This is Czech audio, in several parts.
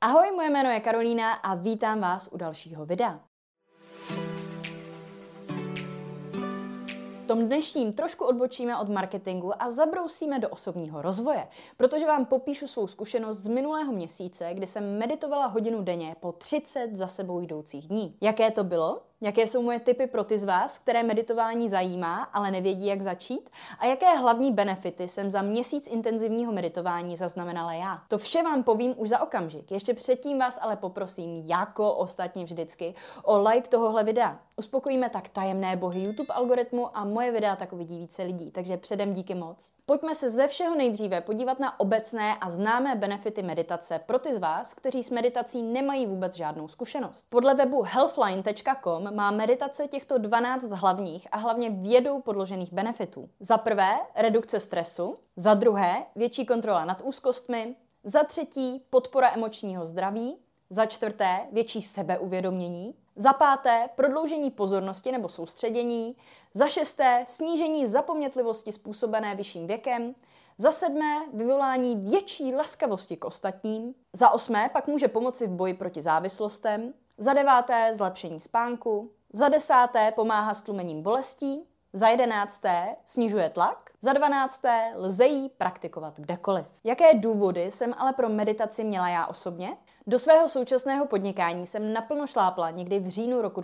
Ahoj, moje jméno je Karolína a vítám vás u dalšího videa. V tom dnešním trošku odbočíme od marketingu a zabrousíme do osobního rozvoje, protože vám popíšu svou zkušenost z minulého měsíce, kdy jsem meditovala hodinu denně po 30 za sebou jdoucích dní. Jaké to bylo? Jaké jsou moje tipy pro ty z vás, které meditování zajímá, ale nevědí, jak začít? A jaké hlavní benefity jsem za měsíc intenzivního meditování zaznamenala já? To vše vám povím už za okamžik. Ještě předtím vás ale poprosím, jako ostatně vždycky, o like tohohle videa. Uspokojíme tak tajemné bohy YouTube algoritmu a moje videa tak uvidí více lidí, takže předem díky moc. Pojďme se ze všeho nejdříve podívat na obecné a známé benefity meditace pro ty z vás, kteří s meditací nemají vůbec žádnou zkušenost. Podle webu healthline.com má meditace těchto 12 hlavních a hlavně vědou podložených benefitů. Za prvé, redukce stresu, za druhé, větší kontrola nad úzkostmi, za třetí, podpora emočního zdraví, za čtvrté, větší sebeuvědomění, za páté, prodloužení pozornosti nebo soustředění, za šesté, snížení zapomnětlivosti způsobené vyšším věkem, za sedmé, vyvolání větší laskavosti k ostatním, za osmé, pak může pomoci v boji proti závislostem, za deváté, zlepšení spánku, za desáté, pomáhá s tlumením bolestí, za 11. snižuje tlak, za 12. lze ji praktikovat kdekoliv. Jaké důvody jsem ale pro meditaci měla já osobně? Do svého současného podnikání jsem naplno šlápla někdy v říjnu roku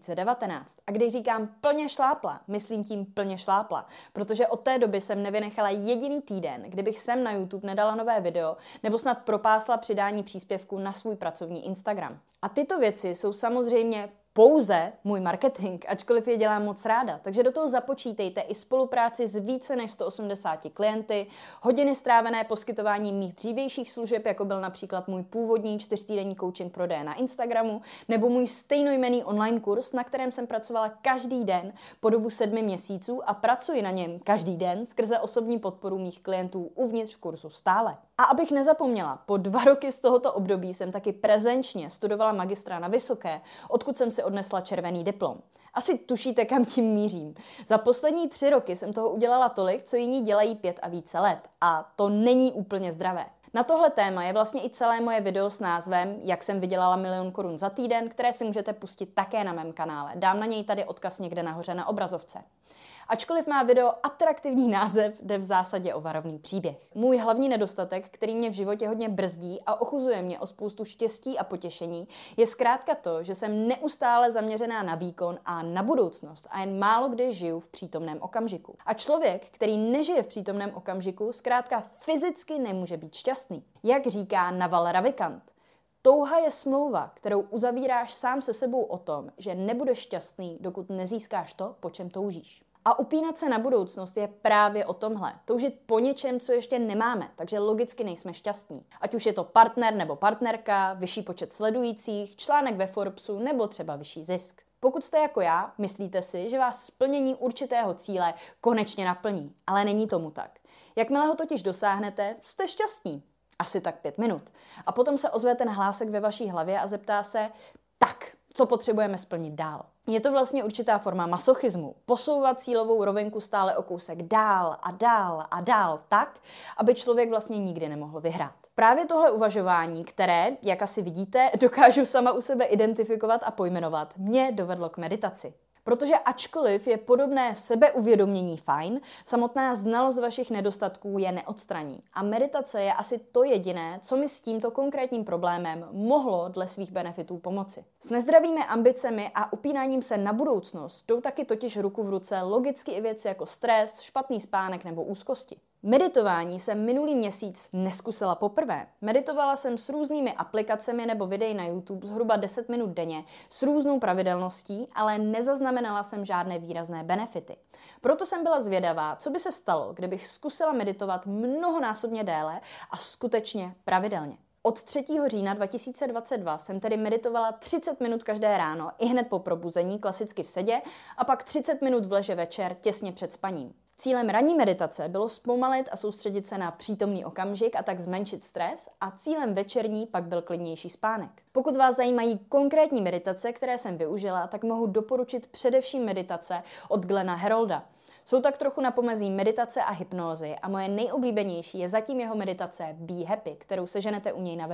2019. A když říkám plně šlápla, myslím tím plně šlápla, protože od té doby jsem nevynechala jediný týden, kdybych sem na YouTube nedala nové video nebo snad propásla přidání příspěvku na svůj pracovní Instagram. A tyto věci jsou samozřejmě pouze můj marketing, ačkoliv je dělám moc ráda. Takže do toho započítejte i spolupráci s více než 180 klienty, hodiny strávené poskytováním mých dřívějších služeb, jako byl například můj původní 4týdenní coaching prodeje na Instagramu, nebo můj stejnojmenný online kurz, na kterém jsem pracovala každý den po dobu 7 měsíců a pracuji na něm každý den skrze osobní podporu mých klientů uvnitř kurzu stále. A abych nezapomněla, po 2 roky z tohoto období jsem taky prezenčně studovala magistra na Vysoké, odkud jsem si odnesla červený diplom. Asi tušíte, kam tím mířím. Za poslední 3 roky jsem toho udělala tolik, co jiní dělají 5 a více let. A to není úplně zdravé. Na tohle téma je vlastně i celé moje video s názvem Jak jsem vydělala 1 000 000 korun za týden, které si můžete pustit také na mém kanále. Dám na něj tady odkaz někde nahoře na obrazovce. Ačkoliv má video atraktivní název, jde v zásadě o varovný příběh. Můj hlavní nedostatek, který mě v životě hodně brzdí a ochuzuje mě o spoustu štěstí a potěšení, je zkrátka to, že jsem neustále zaměřená na výkon a na budoucnost a jen málo kdy žiju v přítomném okamžiku. A člověk, který nežije v přítomném okamžiku, zkrátka fyzicky nemůže být šťastný. Jak říká Naval Ravikant, touha je smlouva, kterou uzavíráš sám se sebou o tom, že nebudeš šťastný, dokud nezískáš to, po čem toužíš. A upínat se na budoucnost je právě o tomhle. Toužit po něčem, co ještě nemáme, takže logicky nejsme šťastní. Ať už je to partner nebo partnerka, vyšší počet sledujících, článek ve Forbesu nebo třeba vyšší zisk. Pokud jste jako já, myslíte si, že vás splnění určitého cíle konečně naplní, ale není tomu tak. Jakmile ho totiž dosáhnete, jste šťastní. Asi tak 5 minut. A potom se ozve ten hlásek ve vaší hlavě a zeptá se, tak, co potřebujeme splnit dál. Je to vlastně určitá forma masochismu. Posouvat cílovou rovinku stále o kousek dál a dál a dál tak, aby člověk vlastně nikdy nemohl vyhrát. Právě tohle uvažování, které, jak asi vidíte, dokážu sama u sebe identifikovat a pojmenovat, mě dovedlo k meditaci. Protože ačkoliv je podobné sebeuvědomění fajn, samotná znalost vašich nedostatků je neodstraní. A meditace je asi to jediné, co mi s tímto konkrétním problémem mohlo dle svých benefitů pomoci. S nezdravými ambicemi a upínáním se na budoucnost jdou taky totiž ruku v ruce logicky i věci jako stres, špatný spánek nebo úzkosti. Meditování jsem minulý měsíc neskusila poprvé. Meditovala jsem s různými aplikacemi nebo videi na YouTube zhruba 10 minut denně s různou pravidelností, ale nezaznamenala jsem žádné výrazné benefity. Proto jsem byla zvědavá, co by se stalo, kdybych zkusila meditovat mnohonásobně déle a skutečně pravidelně. Od 3. října 2022 jsem tedy meditovala 30 minut každé ráno, ihned po probuzení, klasicky v sedě, a pak 30 minut v leže večer, těsně před spaním. Cílem ranní meditace bylo zpomalit a soustředit se na přítomný okamžik a tak zmenšit stres, a cílem večerní pak byl klidnější spánek. Pokud vás zajímají konkrétní meditace, které jsem využila, tak mohu doporučit především meditace od Glena Herolda. Jsou tak trochu na pomezí meditace a hypnózy a moje nejoblíbenější je zatím jeho meditace Be Happy, kterou seženete u něj na webu.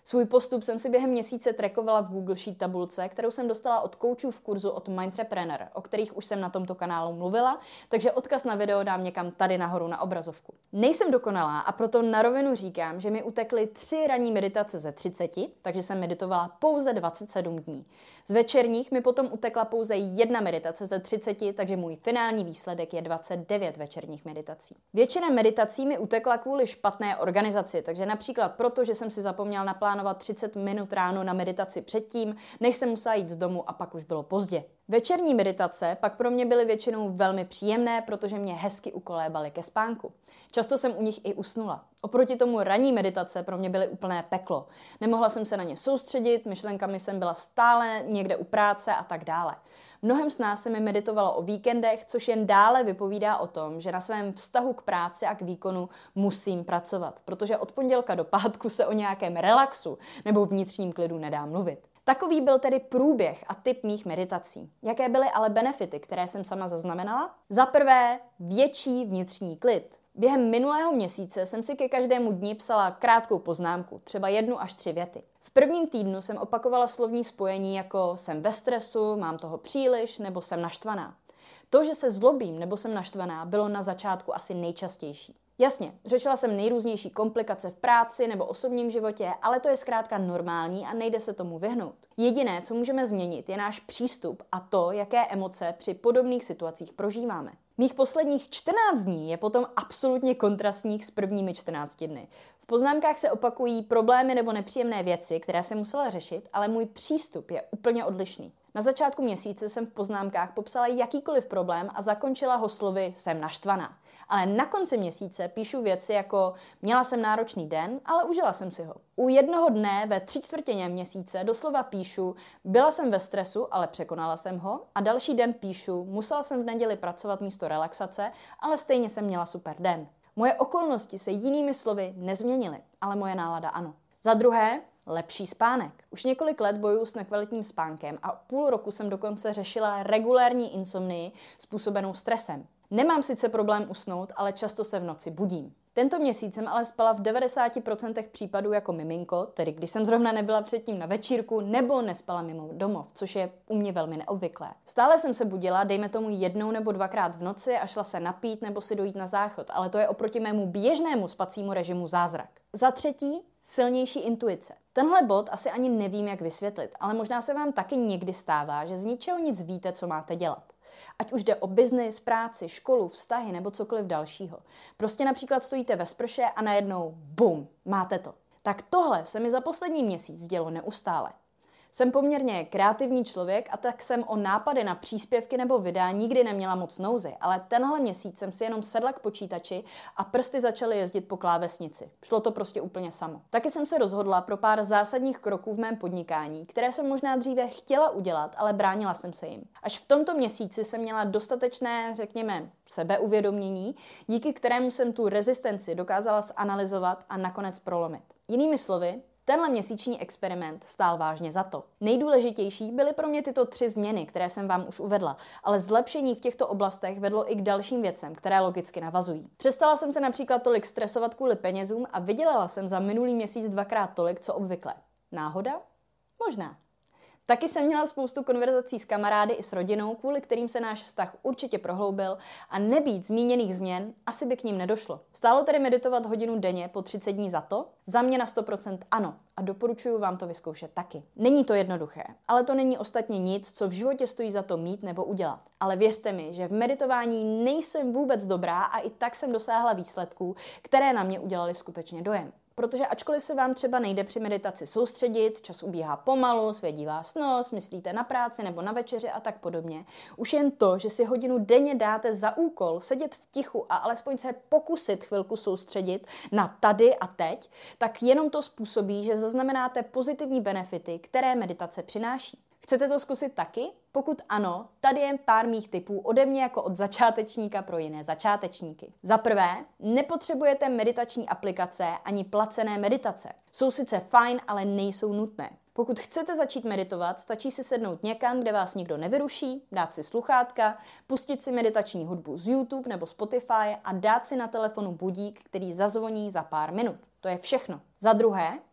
Svůj postup jsem si během měsíce trackovala v Google Sheet tabulce, kterou jsem dostala od koučů v kurzu od Mindtrepreneur, o kterých už jsem na tomto kanálu mluvila, takže odkaz na video dám někam tady nahoru na obrazovku. Nejsem dokonalá a proto na rovinu říkám, že mi utekly 3 ranní meditace ze 30, takže jsem meditovala pouze 27 dní. Z večerních mi potom utekla pouze 1 meditace ze 30, takže můj finální výsledek je 29 večerních meditací. Většina meditací mi utekla kvůli špatné organizaci, takže například proto, že jsem si zapomněla naplánovat 30 minut ráno na meditaci předtím, než jsem musela jít z domu a pak už bylo pozdě. Večerní meditace pak pro mě byly většinou velmi příjemné, protože mě hezky ukolébaly ke spánku. Často jsem u nich i usnula. Oproti tomu ranní meditace pro mě byly úplné peklo. Nemohla jsem se na ně soustředit, myšlenkami jsem byla stále někde u práce a tak dále. Mnohem s nás se mi meditovalo o víkendech, což jen dále vypovídá o tom, že na svém vztahu k práci a k výkonu musím pracovat, protože od pondělka do pátku se o nějakém relaxu nebo vnitřním klidu nedá mluvit. Takový byl tedy průběh a typ mých meditací. Jaké byly ale benefity, které jsem sama zaznamenala? Za prvé, větší vnitřní klid. Během minulého měsíce jsem si ke každému dni psala krátkou poznámku, třeba 1 až 3 věty. V prvním týdnu jsem opakovala slovní spojení jako jsem ve stresu, mám toho příliš nebo jsem naštvaná. To, že se zlobím nebo jsem naštvaná, bylo na začátku asi nejčastější. Jasně, řešila jsem nejrůznější komplikace v práci nebo osobním životě, ale to je zkrátka normální a nejde se tomu vyhnout. Jediné, co můžeme změnit, je náš přístup a to, jaké emoce při podobných situacích prožíváme. Mých posledních 14 dní je potom absolutně kontrastních s prvními 14 dny. V poznámkách se opakují problémy nebo nepříjemné věci, které jsem musela řešit, ale můj přístup je úplně odlišný. Na začátku měsíce jsem v poznámkách popsala jakýkoliv problém a zakončila ho slovy jsem naštvaná. Ale na konci měsíce píšu věci jako měla jsem náročný den, ale užila jsem si ho. U jednoho dne ve 3/4 měsíce doslova píšu byla jsem ve stresu, ale překonala jsem ho a další den píšu musela jsem v neděli pracovat místo relaxace, ale stejně jsem měla super den. Moje okolnosti se jinými slovy nezměnily, ale moje nálada ano. Za druhé, lepší spánek. Už několik let bojuju s nekvalitním spánkem a půl roku jsem dokonce řešila regulérní insomnii způsobenou stresem. Nemám sice problém usnout, ale často se v noci budím. Tento měsíc jsem ale spala v 90% případů jako miminko, tedy když jsem zrovna nebyla předtím na večírku nebo nespala mimo domov, což je u mě velmi neobvyklé. Stále jsem se budila, dejme tomu 1 nebo 2krát v noci a šla se napít nebo si dojít na záchod, ale to je oproti mému běžnému spacímu režimu zázrak. Za třetí, silnější intuice. Tenhle bod asi ani nevím, jak vysvětlit, ale možná se vám taky někdy stává, že z ničeho nic víte, co máte dělat. Ať už jde o biznis, práci, školu, vztahy nebo cokoliv dalšího. Prostě například stojíte ve sprše a najednou bum, máte to. Tak tohle se mi za poslední měsíc dělo neustále. Jsem poměrně kreativní člověk a tak jsem o nápady na příspěvky nebo videa nikdy neměla moc nouzy, ale tenhle měsíc jsem si jenom sedla k počítači a prsty začaly jezdit po klávesnici. Šlo to prostě úplně samo. Taky jsem se rozhodla pro pár zásadních kroků v mém podnikání, které jsem možná dříve chtěla udělat, ale bránila jsem se jim. Až v tomto měsíci jsem měla dostatečné, řekněme, sebeuvědomění, díky kterému jsem tu rezistenci dokázala zanalyzovat a nakonec prolomit. Jinými slovy, tenhle měsíční experiment stál vážně za to. Nejdůležitější byly pro mě tyto 3 změny, které jsem vám už uvedla, ale zlepšení v těchto oblastech vedlo i k dalším věcem, které logicky navazují. Přestala jsem se například tolik stresovat kvůli penězům a vydělala jsem za minulý měsíc 2krát tolik, co obvykle. Náhoda? Možná. Taky jsem měla spoustu konverzací s kamarády i s rodinou, kvůli kterým se náš vztah určitě prohloubil a nebýt zmíněných změn, asi by k ním nedošlo. Stálo tedy meditovat 1 hodinu denně po 30 dní za to? Za mě na 100% ano a doporučuji vám to vyzkoušet taky. Není to jednoduché, ale to není ostatně nic, co v životě stojí za to mít nebo udělat. Ale věřte mi, že v meditování nejsem vůbec dobrá a i tak jsem dosáhla výsledků, které na mě udělaly skutečně dojem. Protože ačkoliv se vám třeba nejde při meditaci soustředit, čas ubíhá pomalu, svědí vás nos, myslíte na práci nebo na večeři a tak podobně, už jen to, že si 1 hodinu denně dáte za úkol sedět v tichu a alespoň se pokusit chvilku soustředit na tady a teď, tak jenom to způsobí, že zaznamenáte pozitivní benefity, které meditace přináší. Chcete to zkusit taky? Pokud ano, tady je pár mých tipů ode mě jako od začátečníka pro jiné začátečníky. Za prvé, nepotřebujete meditační aplikace ani placené meditace. Jsou sice fajn, ale nejsou nutné. Pokud chcete začít meditovat, stačí si sednout někam, kde vás nikdo nevyruší, dát si sluchátka, pustit si meditační hudbu z YouTube nebo Spotify a dát si na telefonu budík, který zazvoní za pár minut. To je všechno. Za druhé,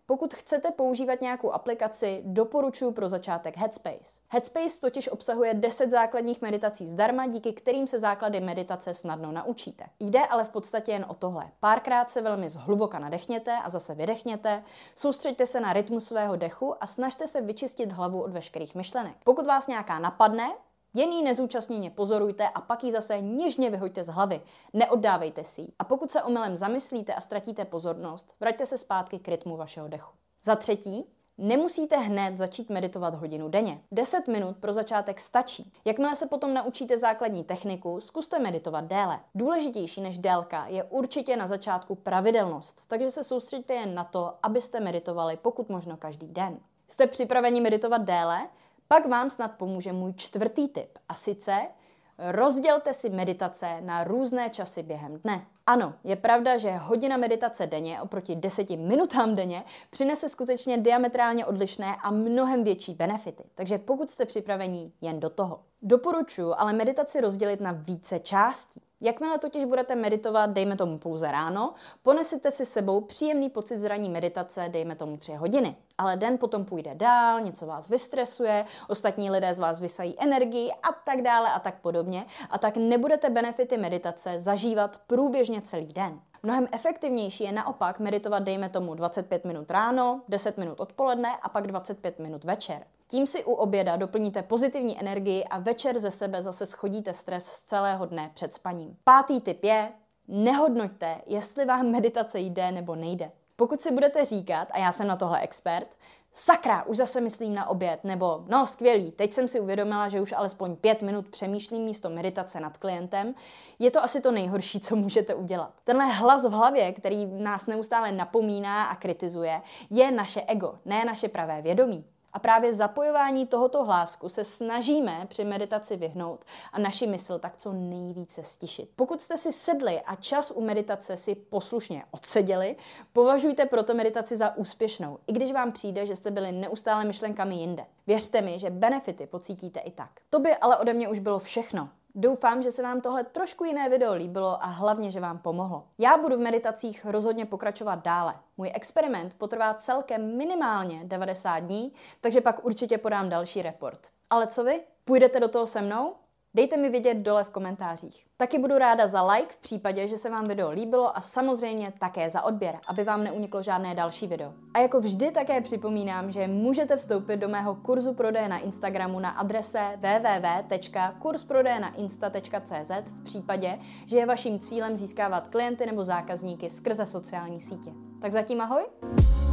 Pokud chcete používat nějakou aplikaci, doporučuji pro začátek Headspace. Headspace totiž obsahuje 10 základních meditací zdarma, díky kterým se základy meditace snadno naučíte. Jde ale v podstatě jen o tohle. Párkrát se velmi zhluboka nadechněte a zase vydechněte, soustřeďte se na rytmus svého dechu a snažte se vyčistit hlavu od veškerých myšlenek. Pokud vás nějaká napadne, jen ji nezúčastněně pozorujte a pak ji zase něžně vyhoďte z hlavy. Neoddávejte si ji. A pokud se omylem zamyslíte a ztratíte pozornost, vraťte se zpátky k rytmu vašeho dechu. Za třetí, nemusíte hned začít meditovat hodinu denně. 10 minut pro začátek stačí. Jakmile se potom naučíte základní techniku, zkuste meditovat déle. Důležitější než délka je určitě na začátku pravidelnost, takže se soustřeďte jen na to, abyste meditovali pokud možno každý den. Jste připraveni meditovat déle? Pak vám snad pomůže můj 4. tip, a sice rozdělte si meditace na různé časy během dne. Ano, je pravda, že hodina meditace denně oproti 10 minutám denně přinese skutečně diametrálně odlišné a mnohem větší benefity. Takže pokud jste připraveni, jen do toho. Doporučuji ale meditaci rozdělit na více částí. Jakmile totiž budete meditovat, dejme tomu pouze ráno, ponesete si sebou příjemný pocit z ranní meditace, dejme tomu 3 hodiny. Ale den potom půjde dál, něco vás vystresuje, ostatní lidé z vás vysají energii a tak dále a tak podobně. A tak nebudete benefity meditace zažívat průběžně celý den. Mnohem efektivnější je naopak meditovat, dejme tomu 25 minut ráno, 10 minut odpoledne a pak 25 minut večer. Tím si u oběda doplníte pozitivní energii a večer ze sebe zase schodíte stres z celého dne před spaním. 5. tip je, nehodnoťte, jestli vám meditace jde nebo nejde. Pokud si budete říkat, a já jsem na tohle expert, sakra, už zase myslím na oběd, nebo no skvělý, teď jsem si uvědomila, že už alespoň 5 minut přemýšlím místo meditace nad klientem, je to asi to nejhorší, co můžete udělat. Tenhle hlas v hlavě, který nás neustále napomíná a kritizuje, je naše ego, ne naše pravé vědomí. A právě zapojování tohoto hlásku se snažíme při meditaci vyhnout a naši mysl tak co nejvíce stišit. Pokud jste si sedli a čas u meditace si poslušně odseděli, považujte proto meditaci za úspěšnou, i když vám přijde, že jste byli neustále myšlenkami jinde. Věřte mi, že benefity pocítíte i tak. To by ale ode mě už bylo všechno. Doufám, že se vám tohle trošku jiné video líbilo a hlavně, že vám pomohlo. Já budu v meditacích rozhodně pokračovat dále. Můj experiment potrvá celkem minimálně 90 dní, takže pak určitě podám další report. Ale co vy? Půjdete do toho se mnou? Dejte mi vědět dole v komentářích. Taky budu ráda za like v případě, že se vám video líbilo a samozřejmě také za odběr, aby vám neuniklo žádné další video. A jako vždy také připomínám, že můžete vstoupit do mého kurzu prodeje na Instagramu na adrese www.kursprodejenainsta.cz v případě, že je vaším cílem získávat klienty nebo zákazníky skrze sociální sítě. Tak zatím ahoj!